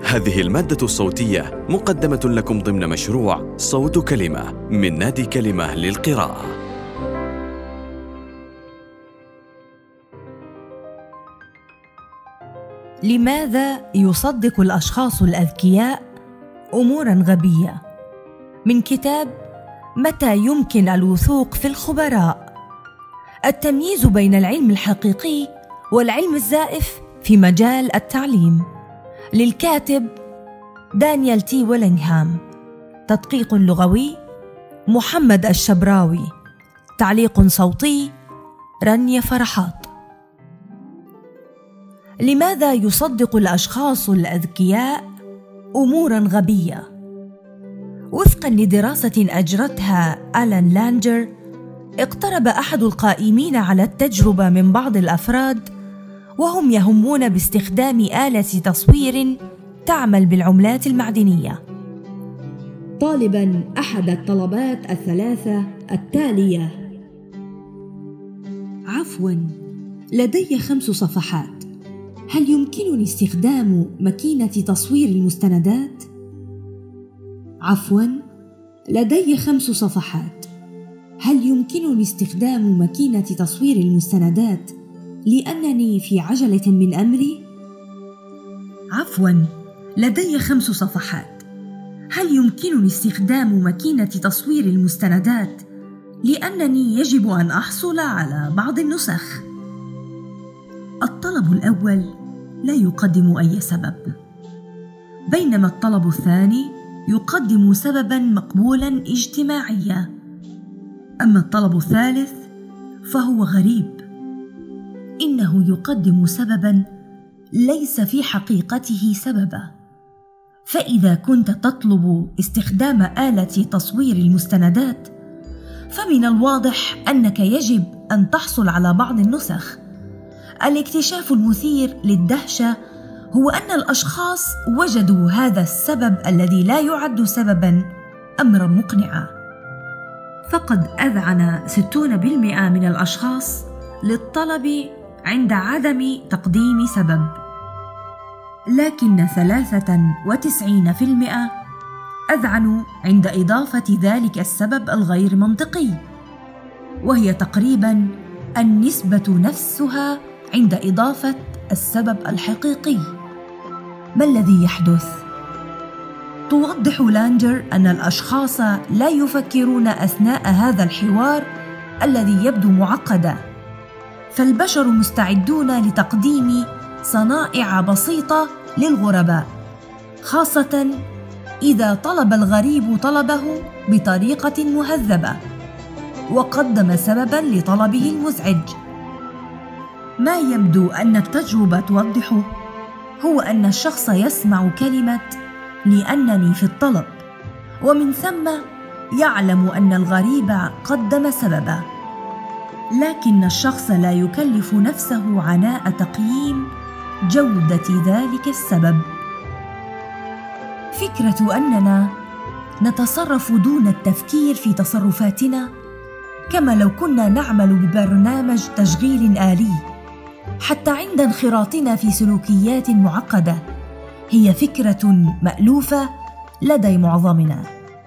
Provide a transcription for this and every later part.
هذه المادة الصوتية مقدمة لكم ضمن مشروع صوت كلمة من نادي كلمة للقراءة. لماذا يصدق الأشخاص الأذكياء أموراً غبية؟ من كتاب متى يمكن الوثوق في الخبراء؟ التمييز بين العلم الحقيقي والعلم الزائف في مجال التعليم، للكاتب دانيال تي ويلينغهام، تدقيق لغوي محمد الشبراوي، تعليق صوتي رانيا فرحات. لماذا يصدق الأشخاص الأذكياء أموراً غبية؟ وفقاً لدراسة أجرتها آلان لانجر، اقترب أحد القائمين على التجربة من بعض الأفراد وهم يهمون باستخدام آلة تصوير تعمل بالعملات المعدنية، طالباً أحد الطلبات الثلاثة التالية: عفواً، لدي 5 صفحات، هل يمكنني استخدام ماكينة تصوير المستندات؟ عفواً، لدي 5 صفحات، هل يمكنني استخدام ماكينة تصوير المستندات لأنني في عجلة من أمري؟ عفواً، لدي 5 صفحات، هل يمكنني استخدام ماكينة تصوير المستندات لأنني يجب أن أحصل على بعض النسخ؟ الطلب الأول لا يقدم أي سبب، بينما الطلب الثاني يقدم سبباً مقبولاً اجتماعياً. أما الطلب الثالث فهو غريب، إنه يقدم سبباً ليس في حقيقته سبباً. فإذا كنت تطلب استخدام آلة تصوير المستندات، فمن الواضح أنك يجب أن تحصل على بعض النسخ. الاكتشاف المثير للدهشة هو أن الأشخاص وجدوا هذا السبب الذي لا يعد سبباً أمراً مقنعاً. فقد أذعن 60% من الأشخاص للطلب عند عدم تقديم سبب، لكن 93% أذعنوا عند إضافة ذلك السبب الغير منطقي، وهي تقريباً النسبة نفسها عند إضافة السبب الحقيقي. ما الذي يحدث؟ توضح لانجر أن الأشخاص لا يفكرون أثناء هذا الحوار الذي يبدو معقداً، فالبشر مستعدون لتقديم صنائع بسيطة للغرباء، خاصة إذا طلب الغريب طلبه بطريقة مهذبة وقدم سبباً لطلبه المزعج. ما يبدو أن التجربة توضحه هو أن الشخص يسمع كلمة لأنني في الطلب، ومن ثم يعلم أن الغريب قدم سببا، لكن الشخص لا يكلف نفسه عناء تقييم جودة ذلك السبب. فكرة أننا نتصرف دون التفكير في تصرفاتنا كما لو كنا نعمل ببرنامج تشغيل آلي، حتى عند انخراطنا في سلوكيات معقدة، هي فكرة مألوفة لدى معظمنا.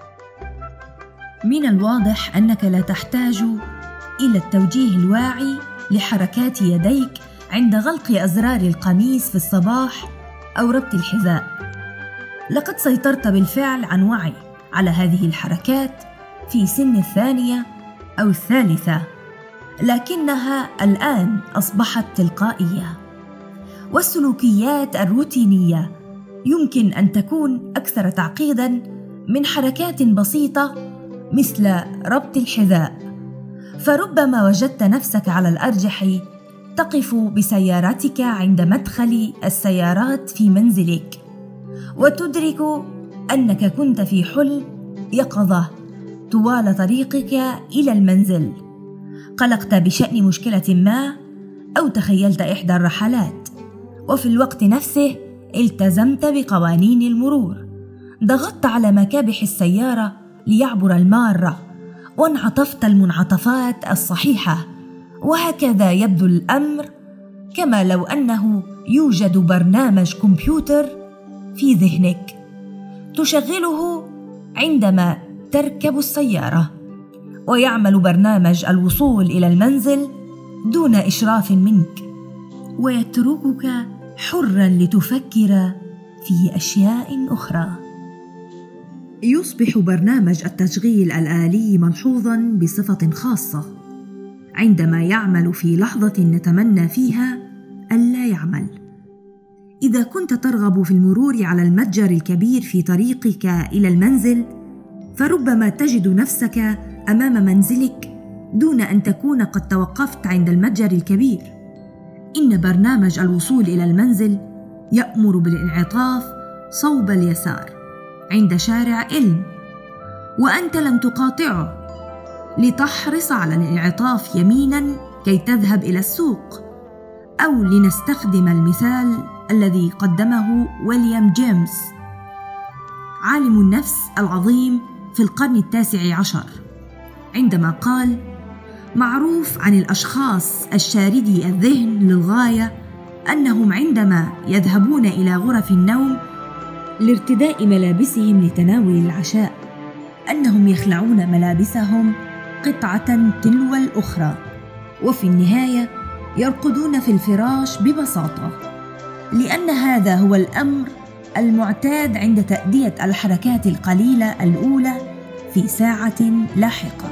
من الواضح أنك لا تحتاج إلى التوجيه الواعي لحركات يديك عند غلق أزرار القميص في الصباح أو ربط الحذاء. لقد سيطرت بالفعل عن وعي على هذه الحركات في سن 2 أو 3، لكنها الآن أصبحت تلقائية. والسلوكيات الروتينية يمكن أن تكون أكثر تعقيداً من حركات بسيطة مثل ربط الحذاء، فربما وجدت نفسك على الأرجح تقف بسيارتك عند مدخل السيارات في منزلك، وتدرك أنك كنت في حلم يقظة طوال طريقك إلى المنزل. قلقت بشأن مشكلة ما أو تخيلت إحدى الرحلات، وفي الوقت نفسه التزمت بقوانين المرور، ضغطت على مكابح السيارة ليعبر المارة، وانعطفت المنعطفات الصحيحة، وهكذا يبدو الأمر كما لو أنه يوجد برنامج كمبيوتر في ذهنك تشغله عندما تركب السيارة، ويعمل برنامج الوصول إلى المنزل دون إشراف منك، ويتركك حراً لتفكر في أشياء أخرى. يصبح برنامج التشغيل الآلي ملحوظاً بصفة خاصة عندما يعمل في لحظة نتمنى فيها ألا يعمل. إذا كنت ترغب في المرور على المتجر الكبير في طريقك إلى المنزل، فربما تجد نفسك أمام منزلك دون أن تكون قد توقفت عند المتجر الكبير. إن برنامج الوصول إلى المنزل يأمر بالانعطاف صوب اليسار عند شارع إلم، وأنت لم تقاطعه لتحرص على الانعطاف يميناً كي تذهب إلى السوق. أو لنستخدم المثال الذي قدمه ويليام جيمس عالم النفس العظيم في القرن 19 عندما قال: معروف عن الأشخاص الشاردي الذهن للغاية أنهم عندما يذهبون إلى غرف النوم لارتداء ملابسهم لتناول العشاء أنهم يخلعون ملابسهم قطعة تلو الأخرى، وفي النهاية يرقدون في الفراش ببساطة، لأن هذا هو الأمر المعتاد عند تأدية الحركات القليلة الأولى في ساعة لاحقة.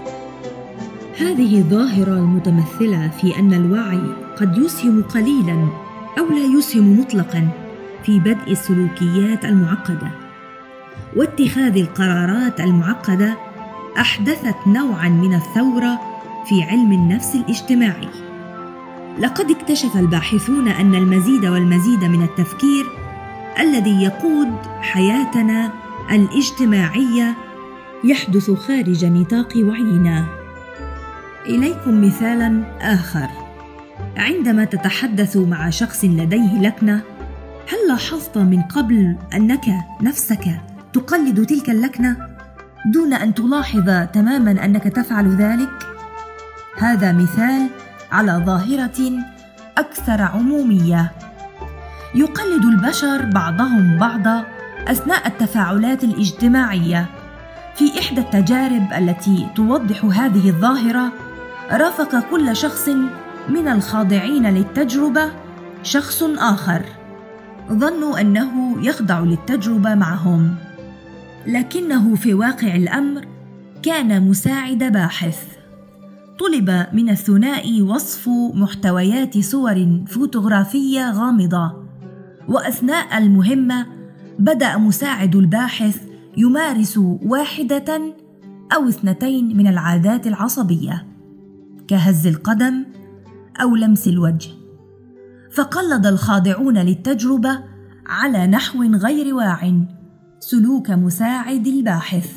هذه الظاهرة المتمثلة في أن الوعي قد يسهم قليلاً أو لا يسهم مطلقاً في بدء السلوكيات المعقدة واتخاذ القرارات المعقدة، أحدثت نوعاً من الثورة في علم النفس الاجتماعي. لقد اكتشف الباحثون أن المزيد والمزيد من التفكير الذي يقود حياتنا الاجتماعية يحدث خارج نطاق وعينا. إليكم مثالاً آخر. عندما تتحدث مع شخص لديه لكنة، هل لاحظت من قبل أنك نفسك تقلد تلك اللكنة دون أن تلاحظ تماماً أنك تفعل ذلك؟ هذا مثال على ظاهرة أكثر عمومية. يقلد البشر بعضهم بعضا أثناء التفاعلات الاجتماعية. في إحدى التجارب التي توضح هذه الظاهرة، رافق كل شخص من الخاضعين للتجربة شخص آخر ظنوا أنه يخضع للتجربة معهم، لكنه في واقع الأمر كان مساعد باحث. طلب من الثنائي وصف محتويات صور فوتوغرافية غامضة، وأثناء المهمة بدأ مساعد الباحث يمارس واحدة أو 2 من العادات العصبية كهز القدم أو لمس الوجه، فقلد الخاضعون للتجربة على نحو غير واع سلوك مساعد الباحث.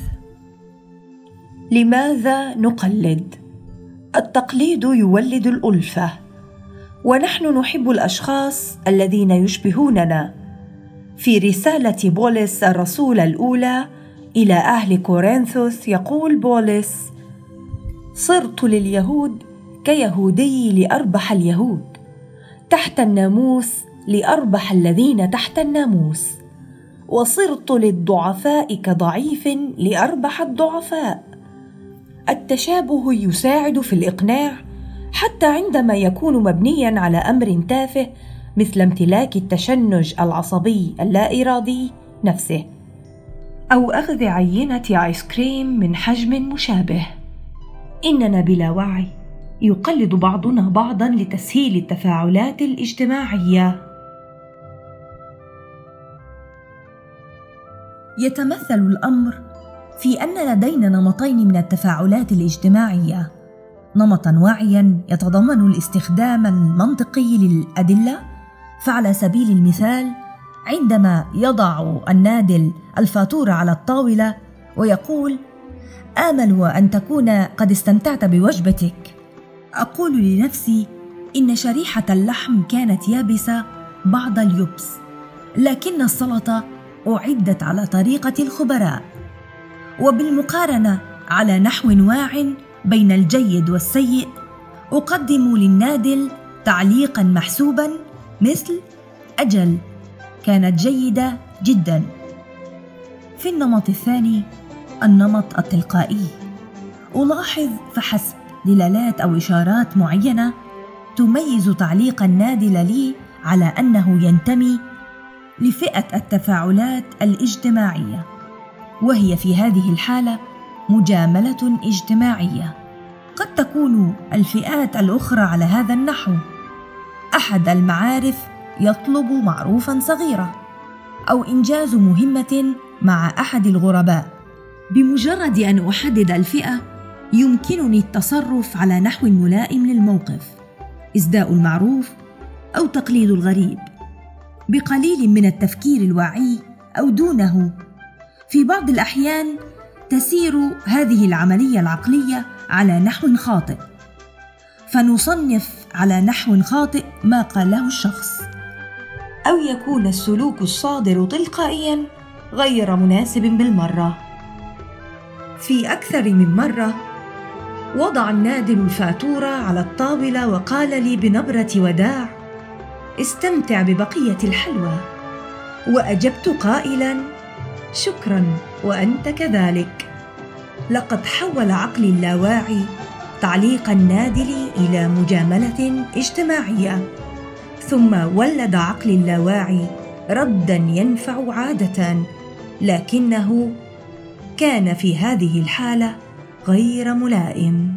لماذا نقلد؟ التقليد يولد الألفة، ونحن نحب الأشخاص الذين يشبهوننا. في رسالة بولس الرسول الأولى إلى أهل كورنثوس يقول بولس: صرت لليهود كيهودي لأربح اليهود، تحت الناموس لأربح الذين تحت الناموس، وصرت للضعفاء كضعيف لأربح الضعفاء. التشابه يساعد في الإقناع حتى عندما يكون مبنياً على أمر تافه مثل امتلاك التشنج العصبي اللا إرادي نفسه، أو أخذ عينة آيس كريم من حجم مشابه. إننا بلا وعي يقلد بعضنا بعضاً لتسهيل التفاعلات الاجتماعية. يتمثل الأمر في أن لدينا نمطين من التفاعلات الاجتماعية: نمطاً واعياً يتضمن الاستخدام المنطقي للأدلة، فعلى سبيل المثال عندما يضع النادل الفاتورة على الطاولة ويقول: آمل أن تكون قد استمتعت بوجبتك، أقول لنفسي إن شريحة اللحم كانت يابسة بعض اليبس، لكن السلطة أعدت على طريقة الخبراء. وبالمقارنة على نحو واع بين الجيد والسيء، أقدم للنادل تعليقاً محسوباً مثل: أجل، كانت جيدة جداً. في النمط الثاني، النمط التلقائي، ألاحظ فحسب دلالات أو إشارات معينة تميز تعليق النادل لي على أنه ينتمي لفئة التفاعلات الاجتماعية، وهي في هذه الحالة مجاملة اجتماعية. قد تكون الفئات الأخرى على هذا النحو: أحد المعارف يطلب معروفاً صغيرة، أو إنجاز مهمة مع أحد الغرباء. بمجرد أن أحدد الفئة يمكنني التصرف على نحو ملائم للموقف: إسداء المعروف أو تقليد الغريب، بقليل من التفكير الواعي أو دونه. في بعض الأحيان تسير هذه العملية العقلية على نحو خاطئ، فنصنف على نحو خاطئ ما قاله الشخص، أو يكون السلوك الصادر تلقائياً غير مناسب بالمرة. في أكثر من مرة وضع النادل الفاتورة على الطاولة وقال لي بنبرة وداع: استمتع ببقية الحلوى. وأجبت قائلاً: شكراً وأنت كذلك. لقد حول عقلي اللاواعي تعليق النادل إلى مجاملة اجتماعية، ثم ولد عقلي اللاواعي رداً ينفع عادة، لكنه كان في هذه الحالة غير ملائم.